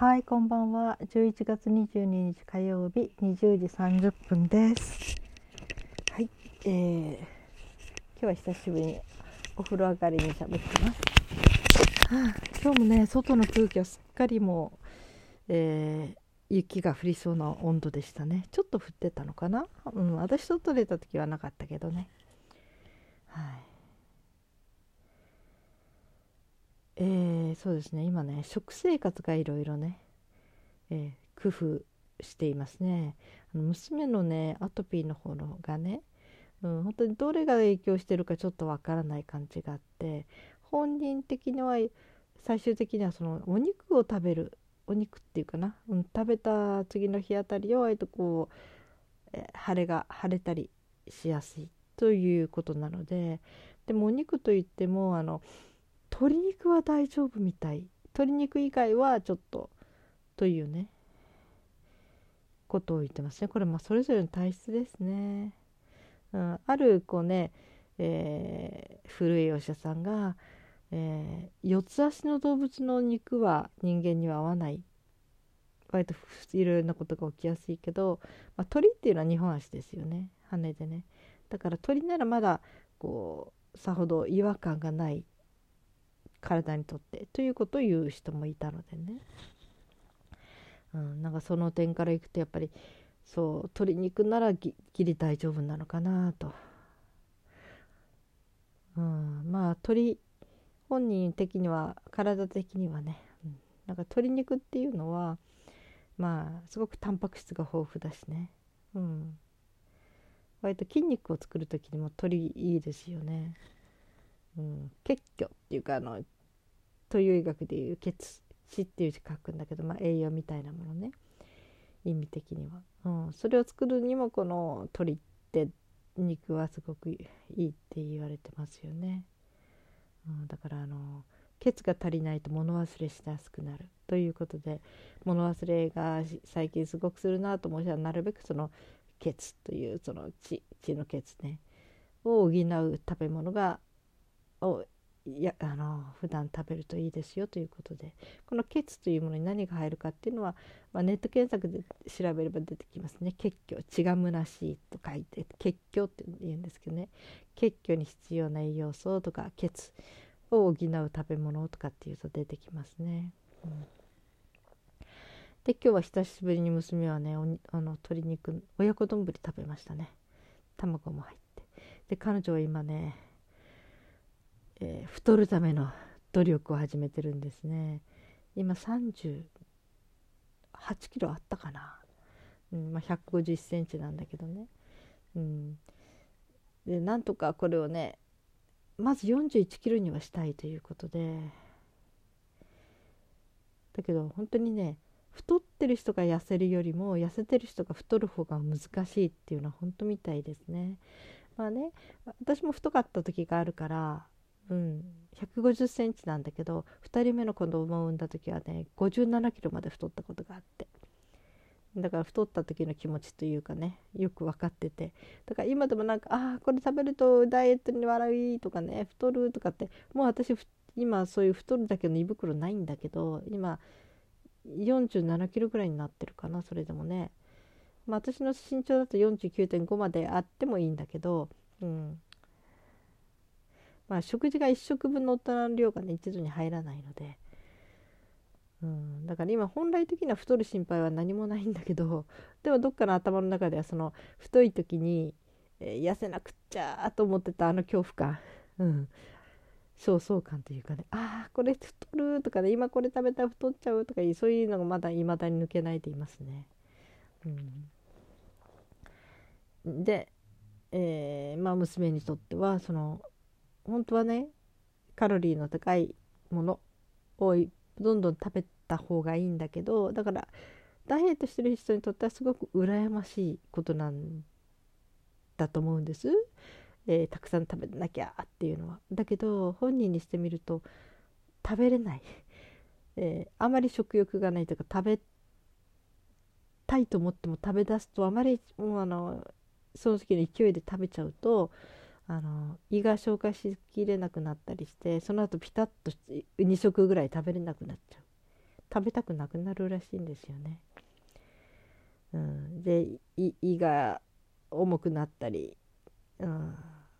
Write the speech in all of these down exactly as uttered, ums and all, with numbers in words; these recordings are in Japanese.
はい、こんばんは。じゅういちがつにじゅうににち火曜日にじゅうじさんじゅっぷんです。はい、えー、今日は久しぶりにお風呂上がりに喋ってます。はあ、今日もね、外の空気はすっかりもう、えー、雪が降りそうな温度でしたね。ちょっと降ってたのかな。うん、私外出た時はなかったけどね。はい。えー、そうですね。今ね、食生活がいろいろね、えー、工夫していますね。あの娘のねアトピーの方のがね、うん、本当にどれが影響してるかちょっとわからない感じがあって、本人的には最終的にはそのお肉を食べるお肉っていうかな、うん、食べた次の日あたりは割とこう、えー腫れが腫れたりしやすいということなので、でもお肉といってもあの鶏肉は大丈夫みたい、鶏肉以外はちょっとというねことを言ってますね。これまあそれぞれの体質ですね。うん、あるこうね、えー古いお医者さんが、えー、四つ足の動物の肉は人間には合わない、割といろいろなことが起きやすいけど、まあ、鳥っていうのはにほん足ですよね、羽でね。だから鳥ならまだこうさほど違和感がない体にとってということを言う人もいたのでね、うん、なんかその点からいくとやっぱりそう鶏肉ならぎギリ大丈夫なのかなと、うん、まあ鳥本人的には体的にはね、うん、なんか鶏肉っていうのはまあすごくタンパク質が豊富だしね、うん、割と筋肉を作る時にも鶏いいですよね、うん、血虚っていうかあの東洋医学でいう血血っていう字書くんだけど、まあ、栄養みたいなものね、意味的には、うん、それを作るにもこの鶏って肉はすごくいいって言われてますよね、うん、だからあの血が足りないと物忘れしやすくなるということで、物忘れが最近すごくするなと思う人はなるべくその血というその血血の血ねを補う食べ物がをいやあの普段食べるといいですよということで、この血というものに何が入るかっていうのは、まあ、ネット検索で調べれば出てきますね。血虚、血が虚しいと書いて血虚って言うんですけどね、血虚に必要な栄養素とか血を補う食べ物とかっていうと出てきますね、うん、で今日は久しぶりに娘はねおにあの鶏肉親子丼食べましたね。卵も入って、で彼女は今ね、えー太るための努力を始めてるんですね。今さんじゅうはちキロあったかな、うんまあ、ひゃくごじゅっセンチなんだけどね、うん、でなんとかこれをねまずよんじゅういちキロにはしたいということで、だけど本当にね太ってる人が痩せるよりも痩せてる人が太る方が難しいっていうのは本当みたいですね。まあね、私も太かった時があるから、うん、ひゃくごじゅっセンチなんだけどふたりめの子供を産んだ時はねごじゅうななキロまで太ったことがあって、だから太った時の気持ちというかねよく分かってて、だから今でもなんかああこれ食べるとダイエットに悪いとかね太るとかって、もう私今そういう太るだけの胃袋ないんだけど、今よんじゅうななキロぐらいになってるかな。それでもね、まあ、私の身長だと よんじゅうきゅうてんご まであってもいいんだけど、うんまあ、食事がいっしょくぶんの大人の量がね一度に入らないので、うん、だから今本来的には太る心配は何もないんだけど、でもどっかの頭の中ではその太い時に、えー痩せなくっちゃと思ってたあの恐怖感、うん、焦燥感というかね、ああこれ太るとかね、今これ食べたら太っちゃうとかいうそういうのがまだ未だに抜けないでいますね、うん、で、えーまあ、娘にとってはその本当はねカロリーの高いものをどんどん食べた方がいいんだけど、だからダイエットしてる人にとってはすごく羨ましいことなんだと思うんです、えーたくさん食べなきゃっていうのは。だけど本人にしてみると食べれない、えーあまり食欲がないというか、食べたいと思っても食べ出すとあまりもうあのその時の勢いで食べちゃうとあの胃が消化しきれなくなったりして、その後ピタッとに食ぐらい食べれなくなっちゃう。 食べたくなくなるらしいんですよね。うん、で胃、胃が重くなったり、うん、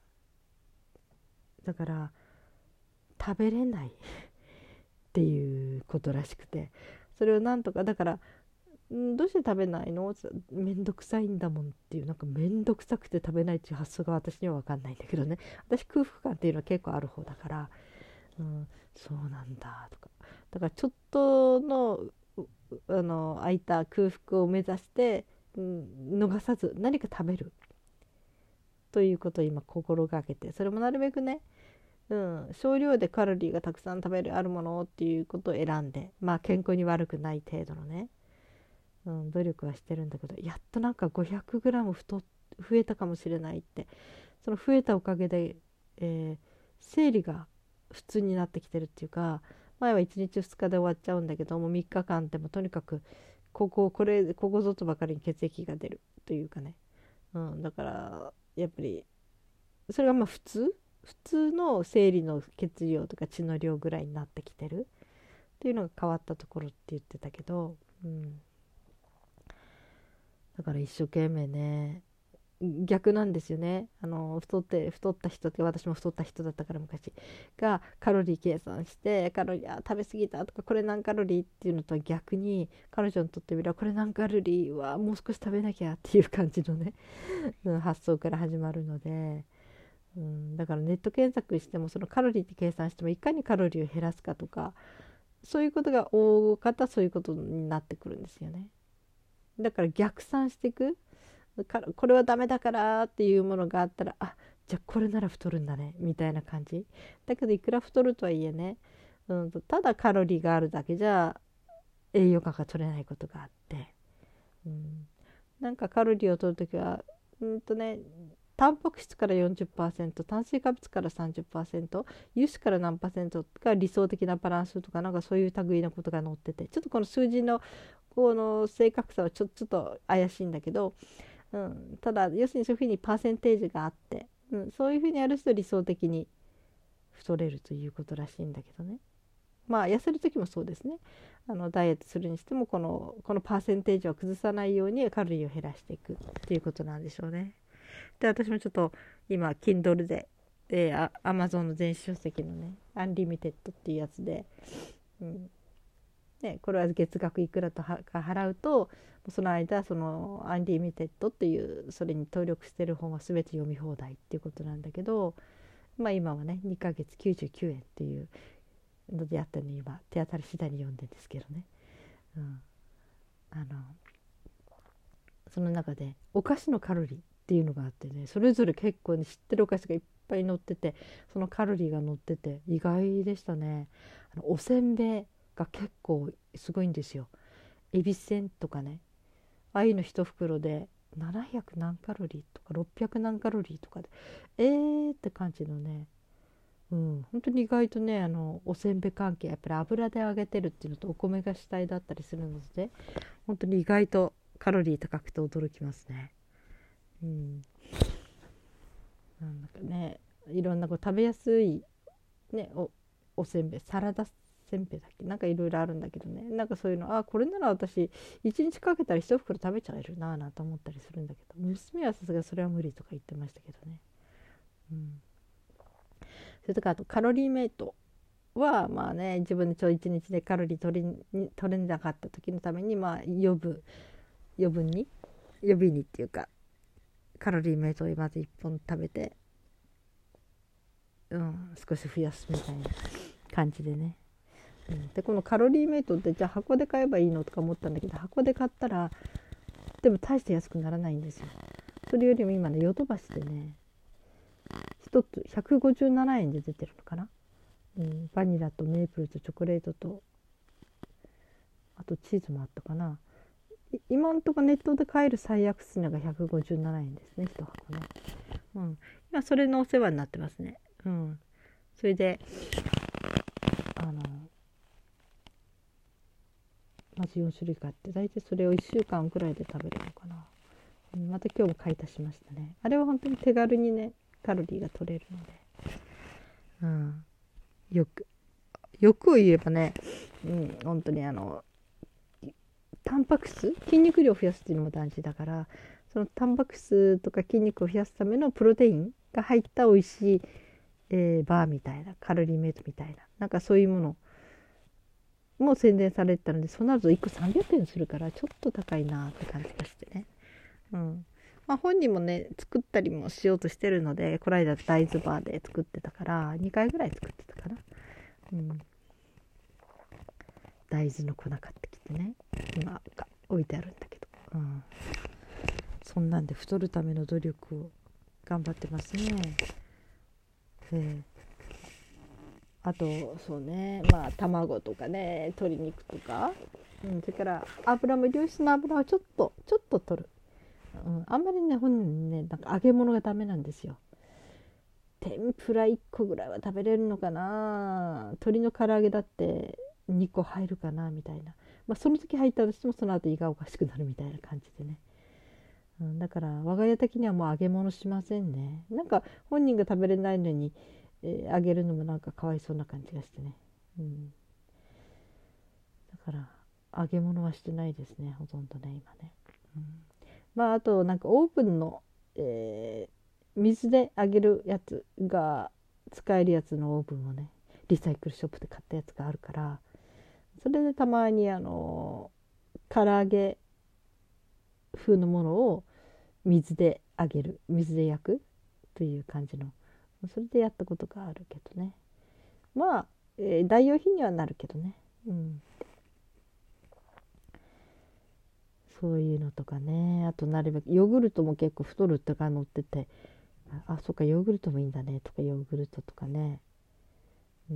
だから食べれないっていうことらしくて、それをなんとかだからんどうして食べないの？めんどくさいんだもんっていう、なんかめんどくさくて食べないっていう発想が私には分かんないんだけどね。私空腹感っていうのは結構ある方だから、うん、そうなんだとか、だからちょっとのあの空いた空腹を目指して、うん、逃さず何か食べるということを今心がけて、それもなるべくね、うん、少量でカロリーがたくさん食べるあるものっていうことを選んで、まあ健康に悪くない程度のね、うん、努力はしてるんだけど、やっとなんか ごひゃくグラム 太増えたかもしれないって、その増えたおかげで、えー生理が普通になってきてるっていうか、前はいちにちふつかで終わっちゃうんだけども、みっかかんでもとにかくこここれここぞとばかりに血液が出るというかね、うん、だからやっぱりそれがまあ普通普通の生理の血量とか血の量ぐらいになってきてるっていうのが変わったところって言ってたけど、うん、だから一生懸命ね、逆なんですよね。あの太って太った人って、私も太った人だったから昔がカロリー計算して、カロリーあ食べ過ぎたとか、これ何カロリーっていうのとは逆に、彼女にとってみればこれ何カロリーはもう少し食べなきゃっていう感じのね発想から始まるので、うん、だからネット検索しても、そのカロリーって計算してもいかにカロリーを減らすかとか、そういうことが大方そういうことになってくるんですよね。だから逆算していく、これはダメだからっていうものがあったら、あ、じゃあこれなら太るんだねみたいな感じだけど、いくら太るとはいえね、うん、ただカロリーがあるだけじゃ栄養価が取れないことがあって、うん、なんかカロリーを取るときは、うんとね、タンパク質からよんじゅっパーセント、炭水化物からさんじゅっパーセント、油脂から何パーセントが理想的なバランスとか、なんかそういう類のことが載ってて、ちょっとこの数字のこの正確さはちょ、ちょっと怪しいんだけど、うん、ただ要するにそういうふうにパーセンテージがあって、うん、そういうふうにやると理想的に太れるということらしいんだけどね。まあ痩せる時もそうですね。あのダイエットするにしても、このこのパーセンテージを崩さないようにカロリーを減らしていくっていうことなんでしょうね。で、私もちょっと今 Kindle で、であ Amazon の電子書籍のね、アンリミテッドっていうやつで、うんね、これは月額いくらとか払うと、その間そのアンリミテッドっていうそれに登録してる本は全て読み放題っていうことなんだけど、まあ今はねにかげつきゅうじゅうきゅうえんっていうのでやってるの、今手当たり次第に読んでるんですけどね、うん、あのその中でお菓子のカロリーっていうのがあってね、それぞれ結構ね知ってるお菓子がいっぱい載ってて、そのカロリーが載ってて意外でしたね。あのおせんべいが結構すごいんですよ。エビせんとかね、ああいうの一袋でななひゃく何カロリーとかろっぴゃく何カロリーとかで、えーって感じのね、うん、本当に意外とね、あのおせんべい関係やっぱり油で揚げてるっていうのとお米が主体だったりするので、本当に意外とカロリー高くて驚きますね。うん、なんだかね、いろんなこう食べやすい、ね、おおせんべい、サラダせんべいだっけ、なんかいろいろあるんだけどね、なんかそういうの、あ、これなら私いちにちかけたら一袋食べちゃえるなぁなんて思ったりするんだけど、娘はさすがにそれは無理とか言ってましたけどね。うん、それとかあとカロリーメイトはまあね、自分でちょいちにちでカロリー取り取れなかった時のために、まあ余分余分に予備にっていうか、カロリーメイトをまずいっぽん食べて、うん、少し増やすみたいな感じでね、うん、でこのカロリーメイトってじゃあ箱で買えばいいのとか思ったんだけど、箱で買ったらでも大して安くならないんですよ。それよりも今ね、ヨドバシでね、ひとつひゃくごじゅうななえんで出てるのかな、うん、バニラとメープルとチョコレートとあとチーズもあったかな。今んとこネットで買える最安値がひゃくごじゅうななえんですね、いち箱ね。うん、今それのお世話になってますね。うん、それであのまずよんしゅるい買って、大体それをいっしゅうかんくらいで食べるのかな。うん、また今日も買い足しましたね。あれは本当に手軽にねカロリーが取れるので、うん、よく欲を言えばね、うん、本当にあのタンパク質、筋肉量を増やすっていうのも大事だから、そのタンパク質とか筋肉を増やすためのプロテインが入った美味しい、えーバーみたいな、カロリーメイトみたいな、なんかそういうものも宣伝されてたので、そうなるといっこさんびゃくえんするからちょっと高いなって感じがしてね。うんまあ、本人もね作ったりもしようとしてるので、この間大豆バーで作ってたからにかいぐらい作ってたかな。うん、大豆の粉買ってきてね、今置いてあるんだけど、うん、そんなんで太るための努力を頑張ってますね。であとそうね、まあ卵とかね、鶏肉とか、うん、それから油も良質な油をちょっとちょっと取る、うん、あんまりね本人ねなんか揚げ物がダメなんですよ。天ぷらいっこぐらいは食べれるのかな、鶏の唐揚げだってにこ入るかなみたいな、まあ、その時入ったとしてもその後胃がおかしくなるみたいな感じでね、うん、だから我が家的にはもう揚げ物しませんね。なんか本人が食べれないのに、えー揚げるのもなんかかわいそうな感じがしてね、うん、だから揚げ物はしてないですね、ほとんどね今ね、うん、まああとなんかオーブンの、えー水で揚げるやつが使えるやつのオーブンをねリサイクルショップで買ったやつがあるから、それでたまにあの唐揚げ風のものを水で揚げる、水で焼くという感じの、それでやったことがあるけどね、まあ、えー代用品にはなるけどね、うん、そういうのとかね。あとなるべくヨーグルトも結構太るってか載ってて、ああそっかヨーグルトもいいんだねとか、ヨーグルトとかね、うん、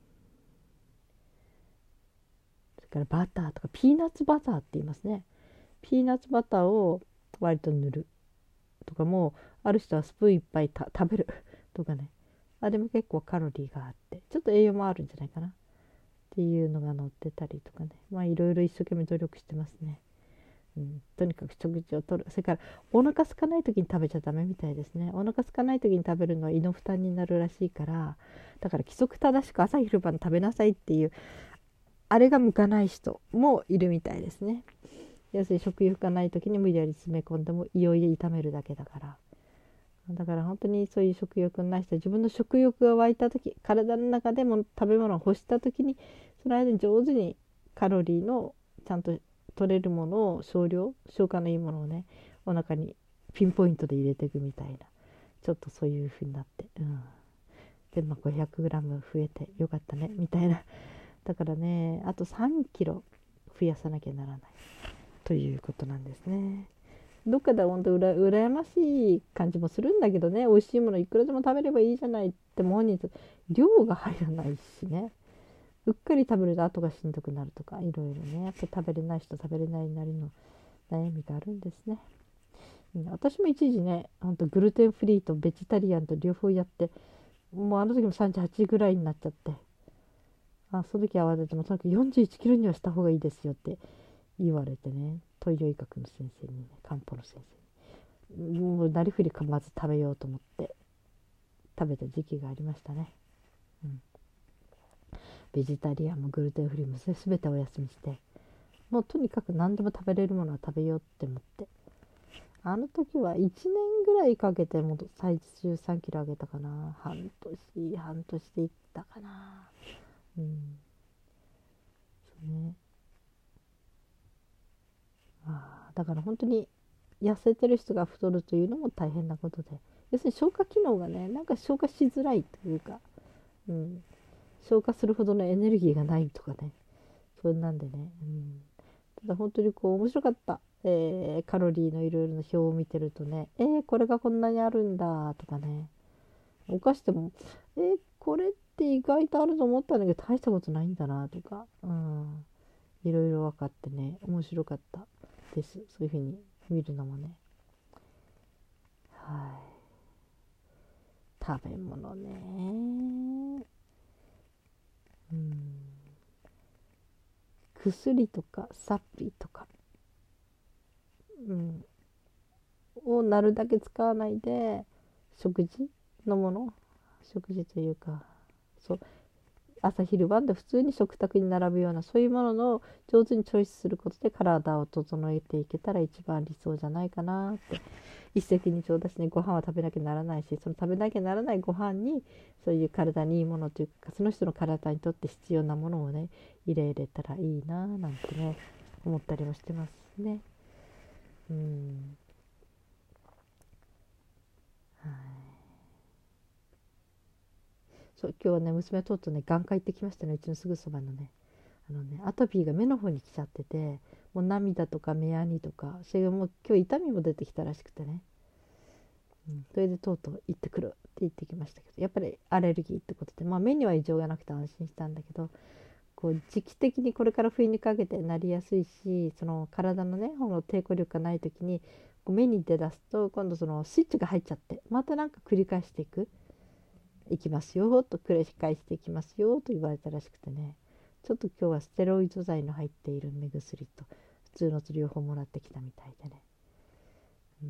それからバターとかピーナッツバターって言いますね。ピーナッツバターを割と塗るとかも、ある人はスプーンいっぱいた食べるとかね、あれも結構カロリーがあってちょっと栄養もあるんじゃないかなっていうのが載ってたりとかね、まあいろいろ一生懸命努力してますね。うん、とにかく食事をとる。それからお腹空かない時に食べちゃダメみたいですね。お腹空かない時に食べるのは胃の負担になるらしいから、だから規則正しく朝昼晩食べなさいっていうあれが向かない人もいるみたいですね。要するに食欲がない時に無理やり詰め込んでも胃を痛めるだけだから、だから本当にそういう食欲のない人は自分の食欲が湧いた時、体の中でも食べ物を欲した時にその間に上手にカロリーのちゃんと取れるものを少量、消化のいいものをねお腹にピンポイントで入れていくみたいな、ちょっとそういう風になって、うん、でまあ ごひゃくグラム 増えてよかったねみたいな。だからねあとさんキロ増やさなきゃならないということなんですね。どっかで本当うら羨ましい感じもするんだけどね、美味しいものいくらでも食べればいいじゃないっても本人と量が入らないしね、うっかり食べると後がしんどくなるとかいろいろね、やっぱ食べれない人食べれないなりの悩みがあるんですね。うん、私も一時ねほんとグルテンフリーとベジタリアンと両方やって、もうあの時もさんじゅうはちぐらいになっちゃって、あその時慌ててもとにかくよんじゅういちキロにはした方がいいですよって言われてね、東洋医学の先生にね、漢方の先生にもうなりふり構わず食べようと思って食べた時期がありましたね。うん、ベジタリアンもグルテンフリーも全てお休みして、もうとにかく何でも食べれるものは食べようって思って、あの時はいちねんぐらいかけてもう体重さんキロ上げたかな、半年半年でいったかな。うんそうね、あだから本当に痩せてる人が太るというのも大変なことで、要するに消化機能がねなんか消化しづらいというか、うん、消化するほどのエネルギーがないとかね、そんなんでね、うん、ただ本当にこう面白かった、えーカロリーのいろいろな表を見てるとね、えー、これがこんなにあるんだとかね、お菓子でもえー、これって意外とあると思ったんだけど大したことないんだなとか、うん、いろいろ分かってね面白かったです。そういうふうに見るのもね、はい、食べ物ね、うん、薬とかサプリとか、うん、をなるだけ使わないで食事のもの、食事というかそう朝昼晩で普通に食卓に並ぶようなそういうものの上手にチョイスすることで体を整えていけたら一番理想じゃないかなって一石二鳥だしね。ご飯は食べなきゃならないし、その食べなきゃならないご飯にそういう体にいいものというかその人の体にとって必要なものをね入れれたらいいななんてね思ったりもしてますね。うん、はい、そう今日はね娘とうとうね眼科行ってきましたね。うちのすぐそばのねあのねアトピーが目の方に来ちゃってて、もう涙とか目やにとかそれがもう今日痛みも出てきたらしくてね、うん、それでとうとう行ってくるって言ってきましたけど、やっぱりアレルギーってことで、まあ、目には異常がなくて安心したんだけど、こう時期的にこれから冬にかけてなりやすいし、その体のねこの抵抗力がない時にこう目に出だすと今度そのスイッチが入っちゃってまたなんか繰り返していくいきますよと繰り返していきますよと言われたらしくてね、ちょっと今日はステロイド剤の入っている目薬と普通のと両方もらってきたみたいでね、うん、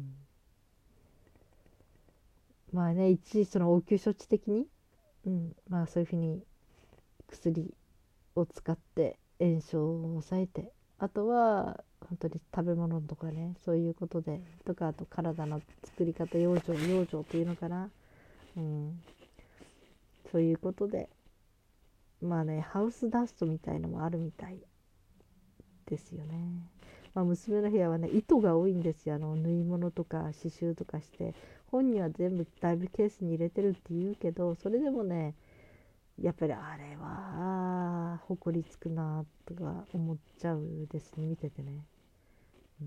まあね一時その応急処置的に、うん、まあそういうふうに薬を使って炎症を抑えて、あとは本当に食べ物とかねそういうことでとか、あと体の作り方養生養生っていうのかな、うん、そういうことでまあねハウスダストみたいのもあるみたいですよね。まあ、娘の部屋はね糸が多いんですよ。あの縫い物とか刺繍とかして本には全部だいぶケースに入れてるって言うけど、それでもねやっぱりあれはほこりつくなとか思っちゃうですね、見ててね、うん、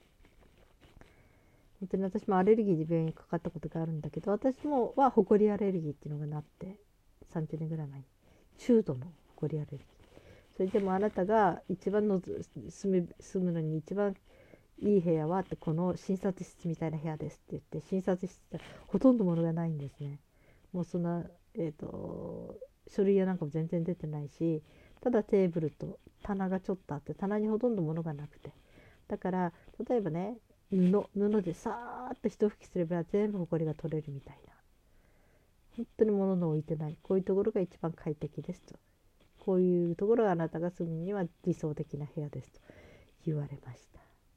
本当に私もアレルギーで病院にかかったことがあるんだけど、私もはほこりアレルギーっていうのがなってさんじゅうねんぐらい前に中度のほこりアレルギー、それでもあなたが一番の住む住むのに一番いい部屋はってこの診察室みたいな部屋ですって言って、診察室ってほとんど物がないんですね。もうそんな、えーと、書類やなんかも全然出てないし、ただテーブルと棚がちょっとあって棚にほとんど物がなくて、だから例えばね布布でさーっと一拭きすれば全部ほこりが取れるみたいな、本当に物の置いてない、こういうところが一番快適ですと、こういうところがあなたが住むには理想的な部屋ですと言われました。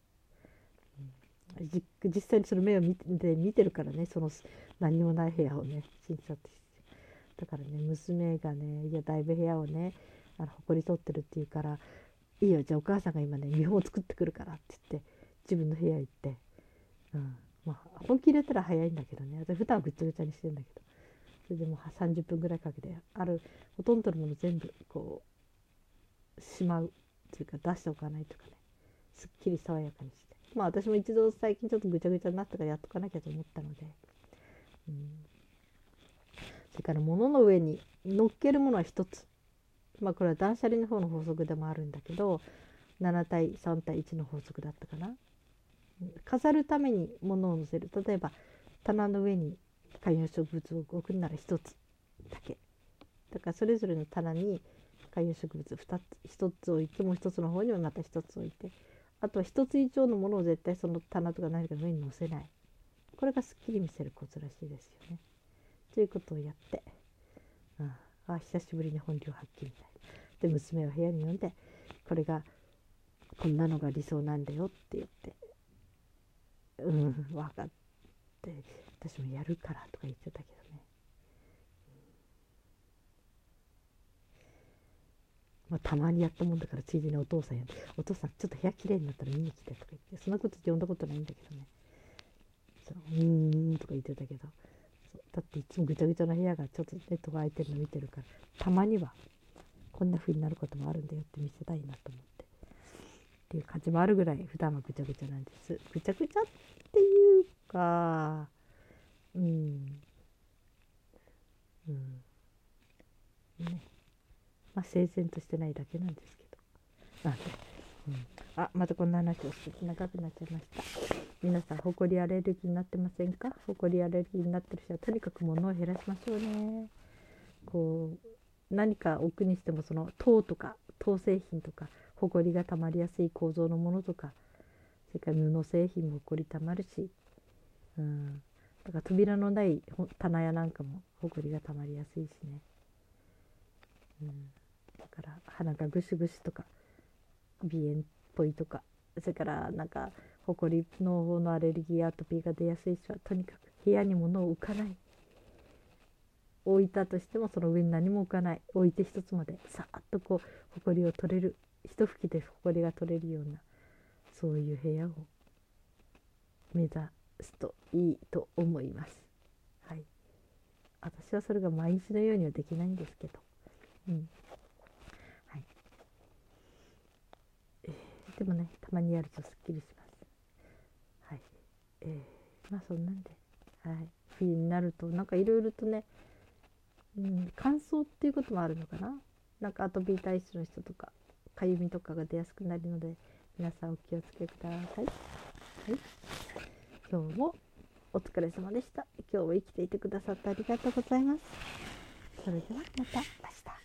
実実際にその目を見て見てるからね、その何にもない部屋をね診察して、だからね娘がねいやだいぶ部屋をねあの埃取ってるって言うから、いいよじゃあお母さんが今ね見本を作ってくるからって言って自分の部屋行って、うん、まあ本気入れたら早いんだけどね、私普段はぐちゃぐちゃにしてるんだけど、それでもうさんじゅっぷんぐらいかけてあるほとんどのもの全部こうしまうっていうか出しておかないとかね、すっきり爽やかにして、まあ私も一度最近ちょっとぐちゃぐちゃになったからやっとかなきゃと思ったので、うん、それから物の上に乗っけるものは一つ、まあこれは断捨離の方の法則でもあるんだけどなな対さん対いちの法則だったかな。飾るために物を載せる、例えば棚の上に観葉植物を置くなら一つだけだから、それぞれの棚に観葉植物ふたつひとつ置いて、もう一つの方にもまたひとつ置いて、あとは一つ以上のものを絶対その棚とか何かの上に載せない、これがすっきり見せるコツらしいですよね。ということをやって、ああ久しぶりに本領発揮みたいなで、娘を部屋に呼んでこれがこんなのが理想なんだよって言って、うん分かって私もやるからとか言ってたけどね、まあ、たまにやったもんだからついでにお父さんやって、お父さんちょっと部屋きれいになったら見に来てとか言って、そんなこと呼んだことないんだけどね、そううーんとか言ってたけど、そうだっていつもぐちゃぐちゃな部屋がちょっとネットが開いてるの見てるから、たまにはこんな風になることもあるんだよって見せたいなと思ってっていう感じもあるぐらい普段はぐちゃぐちゃなんです。ぐちゃぐちゃっていうか、うんうんね、まあ整然としてないだけなんですけど、なんで、うん、あまたこんな話をして長くなっちゃいました。皆さんほこりアレルギーになってませんか？ほこりアレルギーになってる人はとにかく物を減らしましょうね。こう何か置くにしてもその籐とか籐製品とかほこりがたまりやすい構造のものとか、それから布製品もほこりたまるし、うん、だから扉のない棚やなんかもほこりがたまりやすいしね。 うん、だから鼻がぐしぐしとか鼻炎っぽいとか、それからなんかほこりののアレルギーアトピーが出やすい人はとにかく部屋に物を置かない。置いたとしてもその上に何も置かない。置いて一つまでさーっとこうほこりを取れる、一吹きでほこりが取れるような、そういう部屋を目指すといいと思います。はい、私はそれが毎日のようにはできないんですけど、うんはいえー、でもね、たまにやるとすっきりします。はい、えー、まあそんなんで、はい、冬になるとなんかいろいろとね、うん、乾燥っていうこともあるのかな。なんかアトピー体質の人とかかゆみとかが出やすくなるので、皆さんお気をつけください。はい、今日もお疲れ様でした。今日も生きていてくださってありがとうございます。それではまた明日。